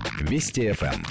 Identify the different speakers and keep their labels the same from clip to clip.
Speaker 1: Вести ФМ.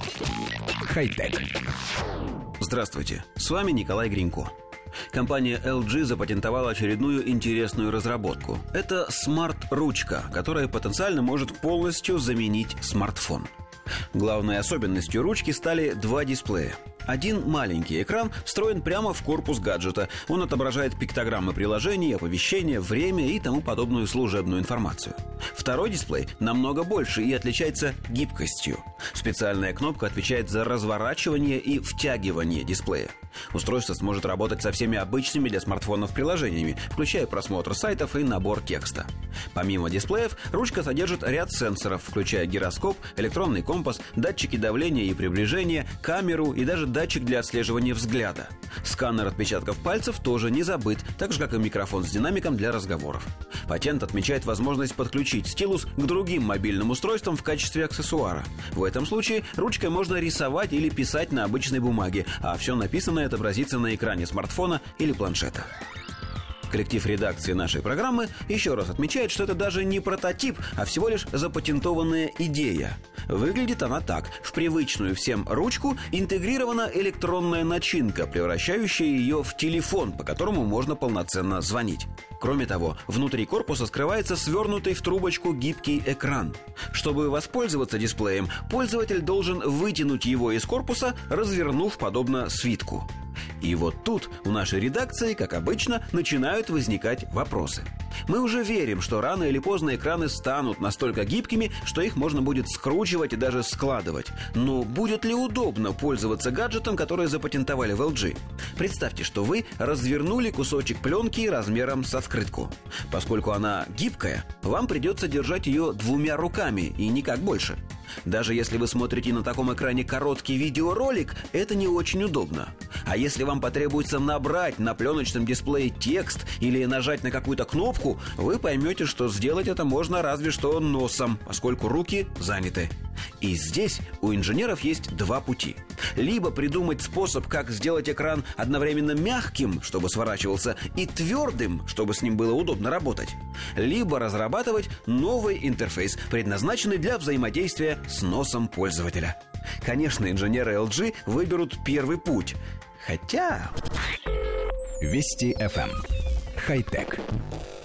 Speaker 1: Хай-тек.
Speaker 2: Здравствуйте, с вами Николай Гринько. Компания LG запатентовала очередную интересную разработку. Это смарт-ручка, которая потенциально может полностью заменить смартфон. Главной особенностью ручки стали два дисплея. Один маленький экран встроен прямо в корпус гаджета. Он отображает пиктограммы приложений, оповещения, время и тому подобную служебную информацию. Второй дисплей намного больше и отличается гибкостью. Специальная кнопка отвечает за разворачивание и втягивание дисплея. Устройство сможет работать со всеми обычными для смартфонов приложениями, включая просмотр сайтов и набор текста. Помимо дисплеев, ручка содержит ряд сенсоров, включая гироскоп, электронный компас, датчики давления и приближения, камеру и даже датчик для отслеживания взгляда. Сканер отпечатков пальцев тоже не забыт, так же, как и микрофон с динамиком для разговоров. Патент отмечает возможность подключить стилус к другим мобильным устройствам в качестве аксессуара. В этом случае ручкой можно рисовать или писать на обычной бумаге, а все написанное отобразится на экране смартфона или планшета. Коллектив редакции нашей программы еще раз отмечает, что это даже не прототип, а всего лишь запатентованная идея. Выглядит она так. В привычную всем ручку интегрирована электронная начинка, превращающая ее в телефон, по которому можно полноценно звонить. Кроме того, внутри корпуса скрывается свернутый в трубочку гибкий экран. Чтобы воспользоваться дисплеем, пользователь должен вытянуть его из корпуса, развернув подобно свитку. И вот тут у нашей редакции, как обычно, начинают возникать вопросы. Мы уже верим, что рано или поздно экраны станут настолько гибкими, что их можно будет скручивать и даже складывать. Но будет ли удобно пользоваться гаджетом, который запатентовали в LG? Представьте, что вы развернули кусочек пленки размером с открытку. Поскольку она гибкая, вам придется держать ее двумя руками и никак больше. Даже если вы смотрите на таком экране короткий видеоролик, это не очень удобно. А если вам потребуется набрать на пленочном дисплее текст или нажать на какую-то кнопку, вы поймете, что сделать это можно разве что носом, поскольку руки заняты. И здесь у инженеров есть два пути. Либо придумать способ, как сделать экран одновременно мягким, чтобы сворачивался, и твердым, чтобы с ним было удобно работать. Либо разрабатывать новый интерфейс, предназначенный для взаимодействия с носом пользователя. Конечно, инженеры LG выберут первый путь. Хотя...
Speaker 1: Вести ФМ. Хай-тек.